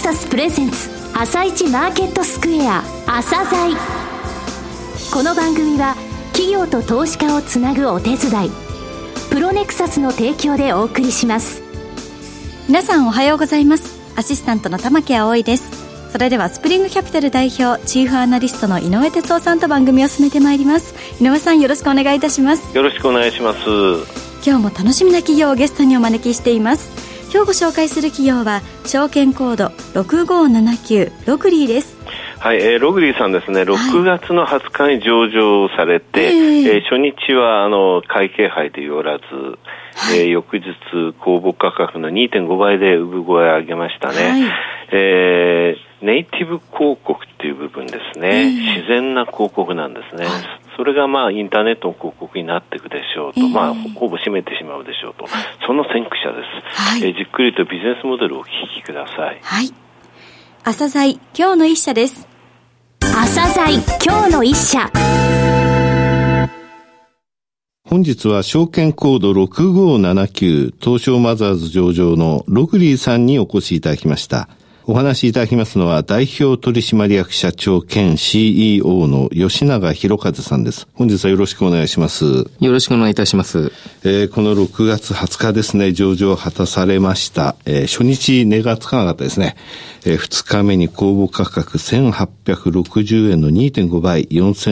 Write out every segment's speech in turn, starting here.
サスプレゼンツ朝市マーケットスクエア朝鮮。この番組は企業と投資家をつなぐお手伝いプロネクサスの提供でお送りします。 皆さんおはようございます。アシスタントの玉木葵です。それではスプリングキャピタル代表チーフアナリストの井上哲夫さんと番組を進めてまいります。井上さん、よろしくお願いいたします。 よろしくお願いします。 今日も楽しみな企業をゲストにお招きしています。今日ご紹介する企業は証券コード6579ログリーです。 はい、ログリーさんですね、6月の20日に上場されて、初日は会計杯でよらず、翌日公募価格の 2.5 倍で産声を上げましたね。ネイティブ広告っていう部分ですね、自然な広告なんですね。それがインターネットの広告になっていくでしょうと、ほぼ占めてしまうでしょうと、その先駆者です。じっくりとビジネスモデルをお聞きください。 はい。朝鮮今日の一社です。 朝鮮今日の一社。 本日は証券コード6579東証マザーズ上場のログリーさんにお越しいただきました。お話しいただきますのは代表取締役社長兼 CEO の吉永博和さんです。本日はよろしくお願いします。 よろしくお願いいたします。 この6月20日ですね、上場を果たされました。初日値がつかなかったですね。2日目に公募価格1860円の 2.5 倍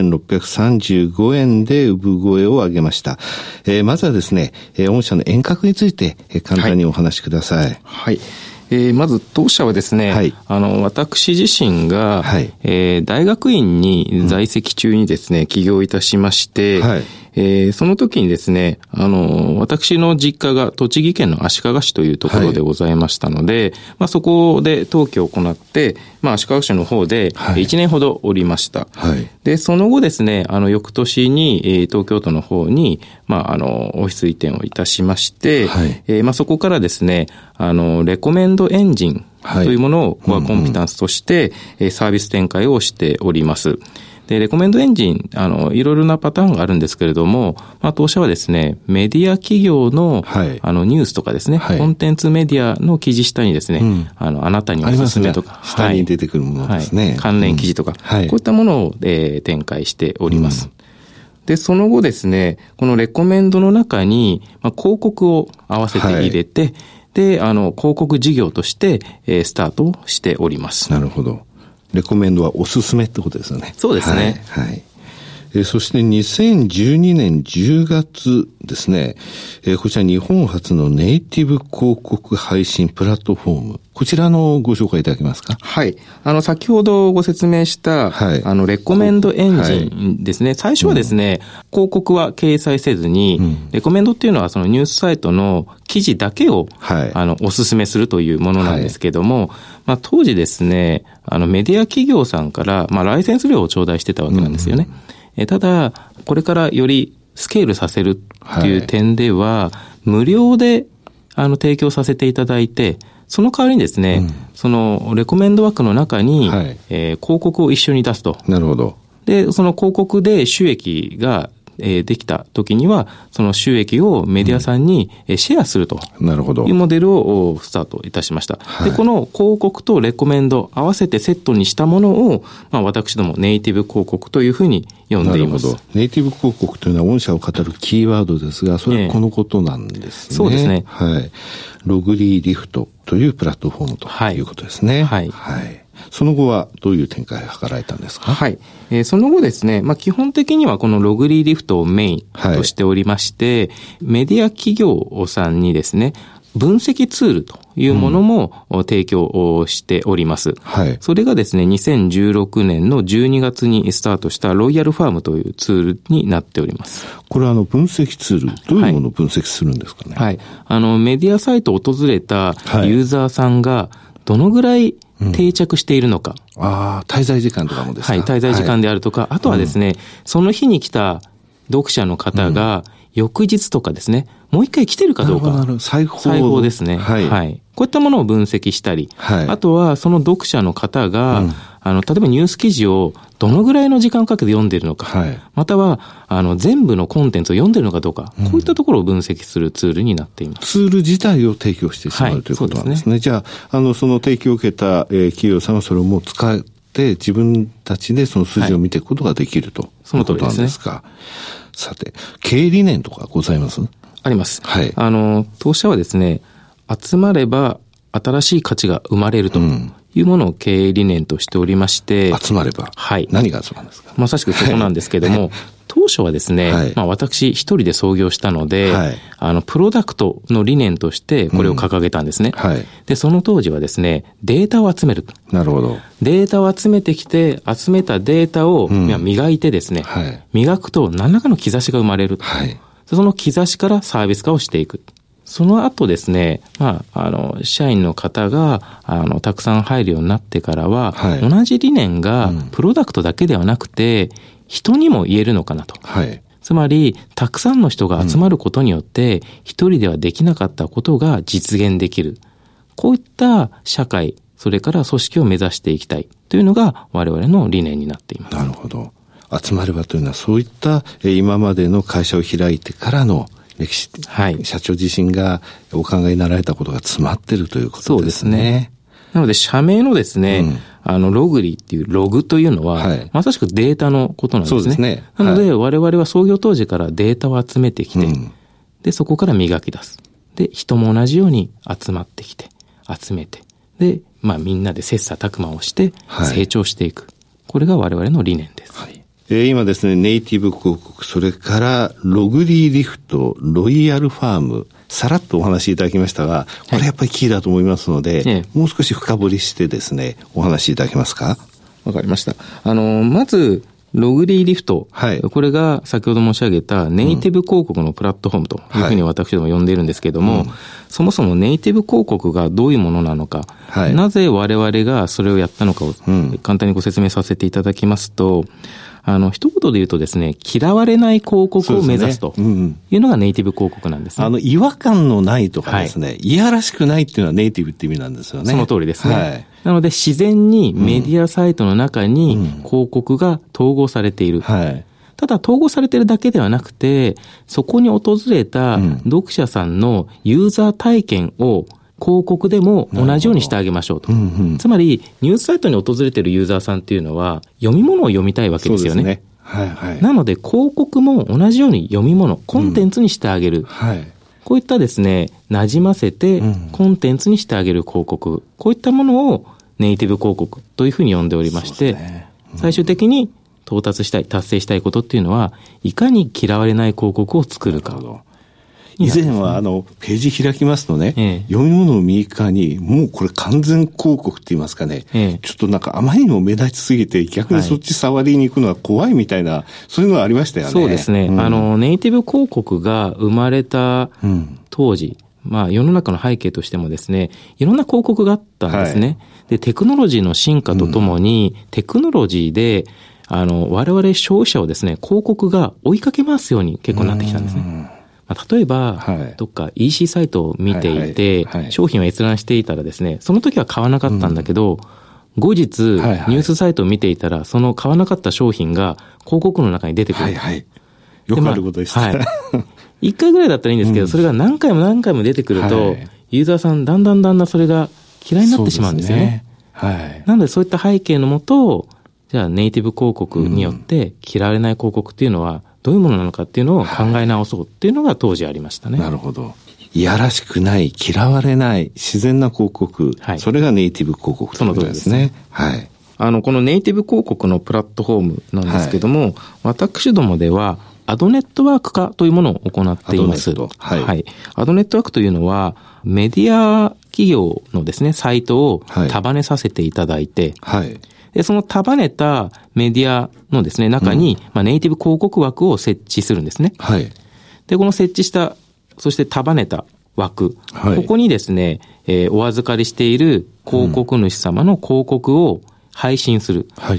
4635円で産声を上げました。まずはですね、御社の遠隔について簡単にお話しください。 はい。まず当社はですね、私自身が、大学院に在籍中にですね、起業いたしまして、その時にですね、私の実家が栃木県の足利市というところでございましたので、そこで登記を行って、足利市の方で1年ほどおりました。で、その後ですね、翌年に、東京都の方に、オフィス移転をいたしまして、そこからですね、レコメンドエンジンというものをコアコンピタンスとして、サービス展開をしております。で、レコメンドエンジン、いろいろなパターンがあるんですけれども、当社はですね、メディア企業の、ニュースとかですね、コンテンツメディアの記事下にですね、あなたにおすすめとか、 下に出てくるものですね。 関連記事とか、こういったものを、展開しております。で、その後ですね、このレコメンドの中に、広告を合わせて入れて、で、広告事業として、スタートしております。 なるほど。レコメンドはおすすめってことですよね。 そうですね。 そして2012年10月ですね、こちら日本初のネイティブ広告配信プラットフォーム、こちらのご紹介いただけますか？ はい。先ほどご説明した、レコメンドエンジンですね。最初はですね、広告は掲載せずに、レコメンドっていうのはそのニュースサイトの記事だけを、おすすめするというものなんですけども、当時ですね、メディア企業さんから、ライセンス料を頂戴してたわけなんですよね。ただ、これからよりスケールさせるっていう点では、無料で提供させていただいて、その代わりにですね、そのレコメンド枠の中に、広告を一緒に出すと。 なるほど。 で、その広告で収益ができた時には、その収益をメディアさんにシェアするというモデルをスタートいたしました。で、この広告とレコメンド合わせてセットにしたものを、私どもネイティブ広告というふうに呼んでいます。 なるほど。ネイティブ広告というのは御社を語るキーワードですが、それはこのことなんですね。 そうですね。 ログリーリフトというプラットフォームということですね。その後はどういう展開が図られたんですか？ その後ですね、基本的にはこのログリーリフトをメインとしておりまして、メディア企業さんにですね、分析ツールというものも提供しております。それがですね、2016年の12月にスタートしたロイヤルファームというツールになっております。 これは分析ツール、どういうものを分析するんですかね？ メディアサイトを訪れたユーザーさんがどのぐらい定着しているのか。 滞在時間とかもですか？ 滞在時間であるとか、あとはですね、その日に来た読者の方が、翌日とかですね、 もう一回来てるかどうか。 裁縫ですね。はい。はい。こういったものを分析したり、はい、あとはその読者の方が、例えばニュース記事をどのぐらいの時間をかけて読んでいるのか、はい、または全部のコンテンツを読んでいるのかどうか、こういったところを分析するツールになっています。 ツール自体を提供してしまう、ということなんですね。じゃあ、その提供を受けた、企業さんはそれをもう使って自分たちでその数字を見ていくことができると、 その通りですね。 いうことなんですか。さて、経営理念とかございます？ あります。 はい。 当社はですね、集まれば新しい価値が生まれるというものを経営理念としておりまして。 集まれば。 はい。 何が集まるんですか？ まさしくそこなんですけども、当初はですね、はい、私一人で創業したので、はい、プロダクトの理念としてこれを掲げたんですね。はい。で、その当時はですね、データを集める。 なるほど。 データを集めてきて、集めたデータを磨いてですね、はい、磨くと何らかの兆しが生まれる。はい。その兆しからサービス化をしていく。その後ですね、社員の方が、たくさん入るようになってからは、はい、同じ理念が、プロダクトだけではなくて、人にも言えるのかなと。はい。つまり、たくさんの人が集まることによって、一人ではできなかったことが実現できる。こういった社会、それから組織を目指していきたいというのが、我々の理念になっています。 なるほど。集まればというのは、そういった、今までの会社を開いてからの、歴史、はい、社長自身がお考えになられたことが詰まっているということですね。そうですね。 なので、社名のですね、ログリっていうログというのは、はい、まさしくデータのことなんですね。そうですね。なので、我々は創業当時からデータを集めてきて、で、そこから磨き出す。で、人も同じように集まってきて、集めて、で、みんなで切磋琢磨をして、成長していく。はい、これが我々の理念です。はい。 今ですね、ネイティブ広告、それからログリーリフト、ロイヤルファーム、さらっとお話しいただきましたが、これやっぱりキーだと思いますので、もう少し深掘りしてですね、お話しいただけますか？ わかりました。まず、ログリーリフト、はい、これが先ほど申し上げたネイティブ広告のプラットフォームというふうに私ども呼んでいるんですけれども、そもそもネイティブ広告がどういうものなのか、はい、なぜ我々がそれをやったのかを簡単にご説明させていただきますと、一言で言うとですね、嫌われない広告を目指すというのがネイティブ広告なんですね。 違和感のないとかですね、はい、いやらしくないっていうのはネイティブって意味なんですよね。 その通りですね。はい、なので自然にメディアサイトの中に広告が統合されている。はい、ただ統合されているだけではなくて、そこに訪れた読者さんのユーザー体験を広告でも同じようにしてあげましょうと。つまり、ニュースサイトに訪れているユーザーさんっていうのは、読み物を読みたいわけですよね。そうですね。はいはい。なので、広告も同じように読み物、コンテンツにしてあげる。はい。こういったですね、馴染ませて、コンテンツにしてあげる広告。こういったものをネイティブ広告というふうに呼んでおりまして、最終的に到達したい、達成したいことっていうのは、いかに嫌われない広告を作るか。 以前はページ開きますとね、読み物の右側にもうこれ完全広告って言いますかね、ちょっとなんかあまりにも目立ちすぎて逆にそっち触りに行くのは怖いみたいな、そういうのがありましたよね。 そうですね。ネイティブ広告が生まれた当時、世の中の背景としてもですね、いろんな広告があったんですね。はい、で、テクノロジーの進化とともに、テクノロジーで我々消費者をですね、広告が追いかけ回すように結構なってきたんですね。例えば、どっか EC サイトを見ていて、商品を閲覧していたらですね、その時は買わなかったんだけど、後日、ニュースサイトを見ていたら、その買わなかった商品が広告の中に出てくる。 よくあることでした。 一回ぐらいだったらいいんですけど、それが何回も何回も出てくると、ユーザーさんだんだんそれが嫌いになってしまうんですよね。なのでそういった背景のもと、じゃあネイティブ広告によって嫌われない広告っていうのは、どういうものなのかっていうのを考え直そうっていうのが当時ありましたね。 なるほど。いやらしくない、嫌われない、自然な広告。それがネイティブ広告ということですね。はい。 このネイティブ広告のプラットフォームなんですけども、私どもでは、アドネットワーク化というものを行っています。はい。アドネットワークというのは、メディア企業のですね、サイトを束ねさせていただいて、で、その束ねたメディアのですね、中に、ネイティブ広告枠を設置するんですね。で、この設置した、そして束ねた枠、ここにですね、お預かりしている広告主様の広告を配信する。 はい。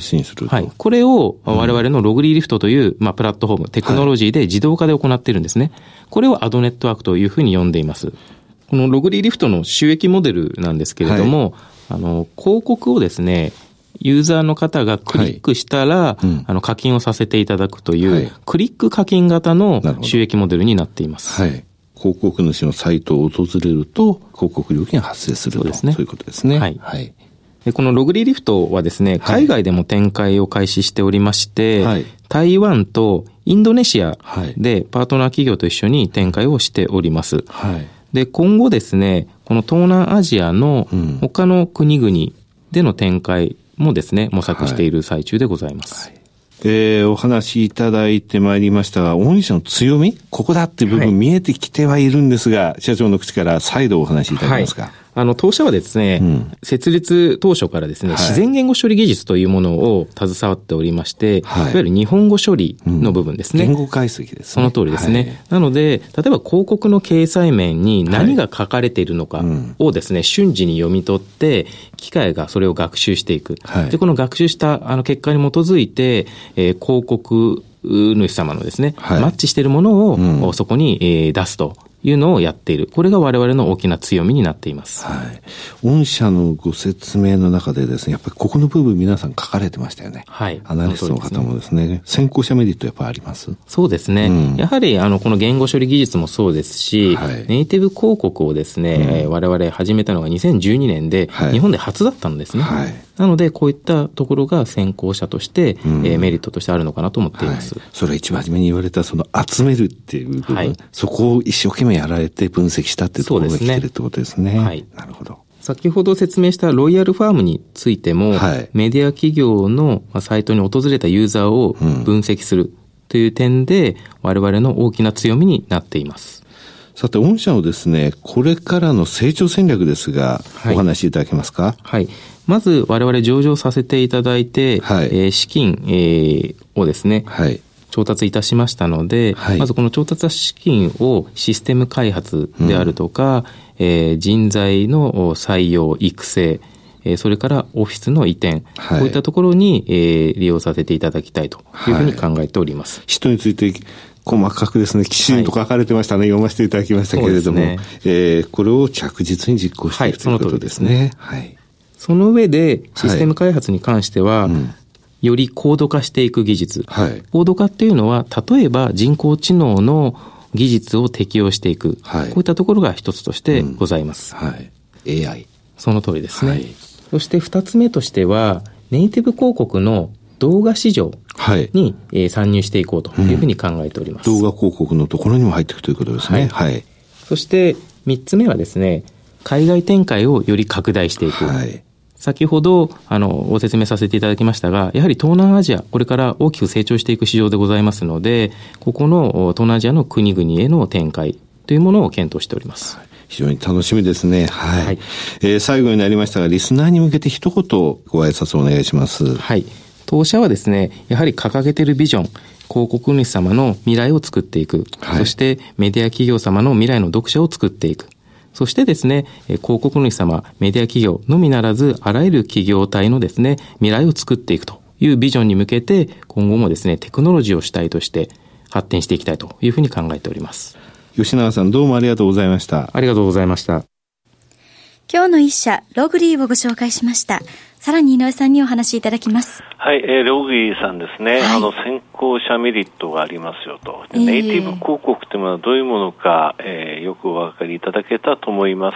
これを我々のログリーリフトという、プラットフォーム、テクノロジーで自動化で行っているんですね。これをアドネットワークというふうに呼んでいます。このログリーリフトの収益モデルなんですけれども、広告をですね、ユーザーの方がクリックしたら、課金をさせていただくという、クリック課金型の収益モデルになっています。 広告主のサイトを訪れると、広告料金が発生すると。そうですね。そういうことですね。 でこのログリーリフトはですね、海外でも展開を開始しておりまして、台湾とインドネシアでパートナー企業と一緒に展開をしております。で、今後ですね、この東南アジアの他の国々での展開もですね、模索している最中でございます。 お話しいただいてまいりましたが、御社の強み、ここだって部分見えてきてはいるんですが、社長の口から再度お話しいただけますか。 当社はですね、設立当初からですね、自然言語処理技術というものを携わっておりまして、いわゆる日本語処理の部分ですね。 言語解析ですね。 その通りですね。なので、例えば広告の掲載面に何が書かれているのかをですね、瞬時に読み取って、機械がそれを学習していく。で、この学習した結果に基づいて、広告主様のですね、マッチしているものをそこに出すというのをやっている。これが我々の大きな強みになっています。 御社のご説明の中でですね、やっぱりここの部分皆さん書かれてましたよね。アナリストの方もですね、先行者メリットやっぱりあります？ そうですね。やはりこの言語処理技術もそうですし、ネイティブ広告をですね、我々始めたのが2012年で、日本で初だったんですね。なので、こういったところが先行者として、メリットとしてあるのかなと思っています。 それは一番初めに言われた、その集めるっていう部分、そこを一生懸命やられて分析したっていうところが来てるってことですね。なるほど。 先ほど説明したロイヤルファームについても、メディア企業のサイトに訪れたユーザーを分析するという点で、我々の大きな強みになっています。 さて、御社のですね、これからの成長戦略ですが、お話しいただけますか？ まず我々上場させていただいて、資金、をですね、調達いたしましたので、まずこの調達資金をシステム開発であるとか、人材の採用育成、それからオフィスの移転、こういったところに、利用させていただきたいというふうに考えております。 人について細かくですね、きちんと書かれてましたね。読ませていただきましたけれども、これを着実に実行していくということですね。 その上でシステム開発に関しては、より高度化していく技術。高度化っていうのは、例えば人工知能の技術を適用していく。こういったところが一つとしてございます。 AI。 その通りですね。そして二つ目としては、ネイティブ広告の動画市場に、参入していこうというふうに考えております。 動画広告のところにも入っていくということですね。 そして三つ目はですね、海外展開をより拡大していく。先ほどご説明させていただきましたが、やはり東南アジア、これから大きく成長していく市場でございますので、ここの東南アジアの国々への展開というものを検討しております。 非常に楽しみですね。最後になりましたが、リスナーに向けて一言ご挨拶をお願いします。 当社はですね、やはり掲げているビジョン、広告主様の未来を作っていく。そしてメディア企業様の未来の読者を作っていく。そしてですね、広告主様、メディア企業のみならず、あらゆる企業体のですね、未来を作っていくというビジョンに向けて、今後もですね、テクノロジーを主体として発展していきたいというふうに考えております。 吉永さん、どうもありがとうございました。 ありがとうございました。 今日の一社、ログリーをご紹介しました。さらに井上さんにお話しいただきます。 ログリーさんですね、先行者メリットがありますよと。ネイティブ広告というものはどういうものか、よくお分かりいただけたと思います。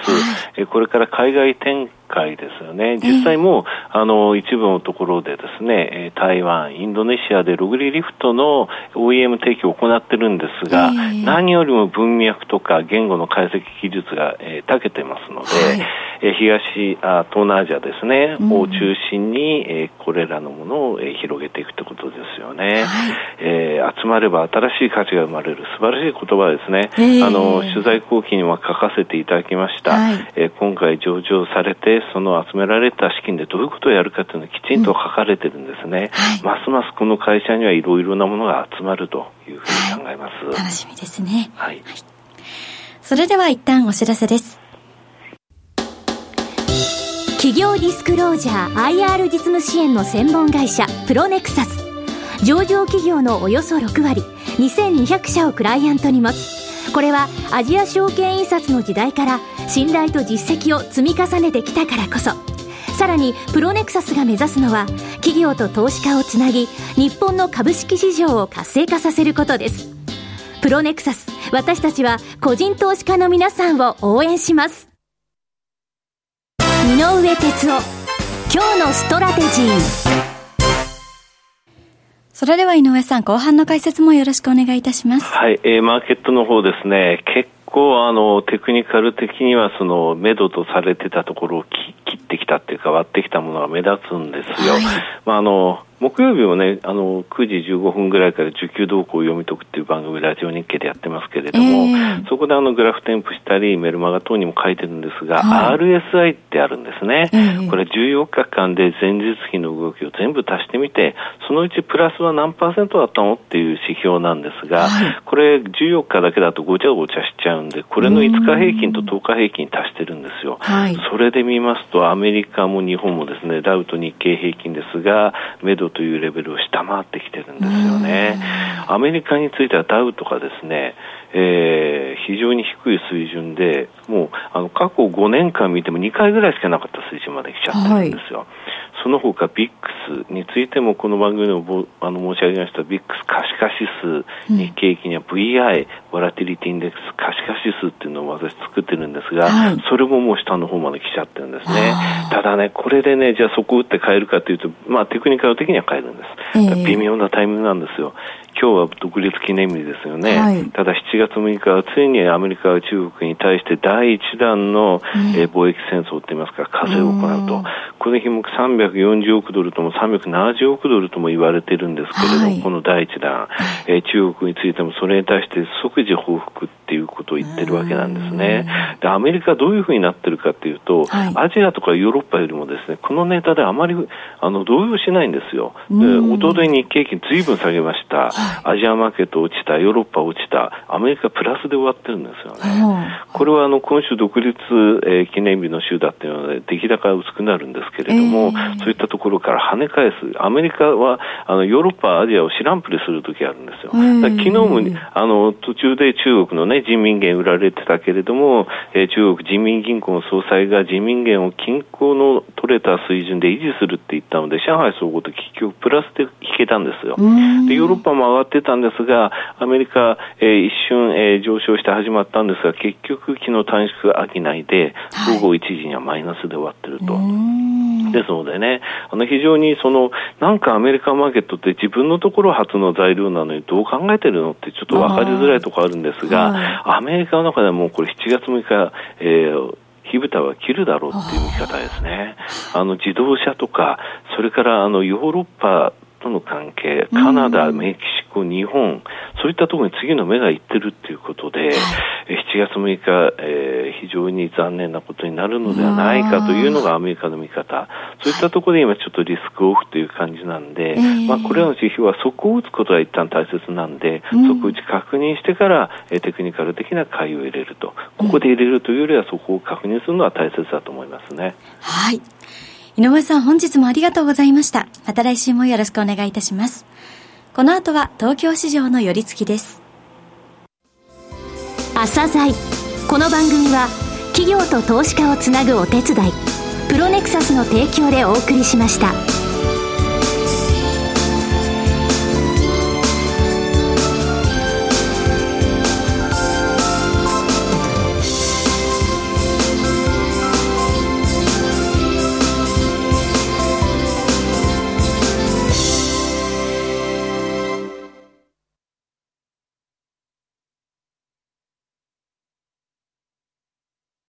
これから海外展開ですよね。実際も一部のところでですね、台湾、インドネシアでログリーリフトの OEM 提供を行ってるんですが、何よりも文脈とか言語の解析技術が長けてますので、東南アジアですね、を中心に、これらのものを、広げていくということですよね。集まれば新しい価値が生まれる素晴らしい言葉ですね。取材後期には書かせていただきました。今回上場されて、その集められた資金でどういうことをやるかというのをきちんと書かれてるんですね。ますますこの会社にはいろいろなものが集まるというふうに考えます。 楽しみですね。それでは一旦お知らせです。企企業ディスクロージャー IR 実務支援の専門会社プロネクサス。上場企業のおよそ6割2200社をクライアントに持つ。これはアジア証券印刷の時代から信頼と実績を積み重ねてきたからこそ。さらにプロネクサスが目指すのは企業と投資家をつなぎ、日本の株式市場を活性化させることです。プロネクサス、私たちは個人投資家の皆さんを応援します。井上哲夫、今日のストラテジー。 それでは井上さん、後半の解説もよろしくお願いいたします。 はい、マーケットの方ですね、結構テクニカル的にはその目処とされてたところを切ってきたっていうか割ってきたものが目立つんですよ。はい、木曜日もね、9時15分ぐらいから需給動向を読み解くっていう番組、ラジオ日経でやってますけれども、そこでグラフ添付したり、メルマガ等にも書いてるんですが、はい、RSI ってあるんですね。これ14日間で前日比の動きを全部足してみて、そのうちプラスは何%だったのっていう指標なんですが、はい、これ14日だけだとごちゃごちゃしちゃうんで、これの5日平均と10日平均足してるんですよ。はい、それで見ますと、アメリカも日本もですね、ダウと日経平均ですが、メドというレベルを下回ってきてるんですよね。アメリカについてはダウとかですね、非常に低い水準で、もう過去5年間見ても2回ぐらいしかなかった水準まで来ちゃってるんですよ。はい、その他ビックスについてもこの番組でも申し上げましたビックス可視化指数、日経平均や VI ボラティリティインデックス可視化指数っていうのを私作ってるんですが、はい、それももう下の方まで来ちゃってるんですね。ただね、これでね、じゃあそこを打って買えるかというと、テクニカル的には買えるんです。微妙なタイミングなんですよ。今日は独立記念日ですよね。はい、ただ7月6日はついにアメリカは中国に対して第一弾の、貿易戦争って言いますか、課税を行うと。この品目340億ドルとも370億ドルとも言われているんですけれども、はい、この第一弾、中国についてもそれに対して即時報復っていうことを言ってるわけなんですね。で、アメリカどういうふうになってるかというと、はい、アジアとかヨーロッパよりもですね、このネタであまり動揺しないんですよ。おととい日経平均ずいぶん下げました。アジアマーケット落ちた、ヨーロッパ落ちた、アメリカプラスで終わってるんですよね。これは今週独立、記念日の週だっていうので出来高が薄くなるんですけれども、そういったところから跳ね返す。アメリカはヨーロッパ、アジアを知らんぷりするときあるんですよ。だ昨日も途中で中国のね、人民元売られてたけれども、中国人民銀行の総裁が人民元を均衡の取れた水準で維持するって言ったので、上海総合と結局プラスで引けたんですよ。でヨーロッパも上がってたんですが、アメリカ、一瞬、上昇して始まったんですが、結局昨日短縮商いで午後1時にはマイナスで終わってると。ですのでね、非常になんかアメリカマーケットって自分のところ初の材料なのにどう考えてるのってちょっと分かりづらいところあるんですが、アメリカの中ではもうこれ7月6日、火蓋は切るだろうっていう見方ですね。自動車とか、それからヨーロッパとの関係、カナダ、メキシコ、日本、そういったところに次の目がいってるっていうことで、7月6日、非常に残念なことになるのではないかというのがアメリカの見方。そういったところで今ちょっとリスクオフという感じなんで、これらの指標は底を打つことが一旦大切なんで、底打ち確認してからテクニカル的な買いを入れると。ここで入れるというよりはそこを確認するのは大切だと思いますね。 はい。井上さん、本日もありがとうございました。また来週もよろしくお願いいたします。この後は東京市場の寄り付きです。 朝鮮。この番組は企業と投資家をつなぐお手伝い、プロネクサスの提供でお送りしました。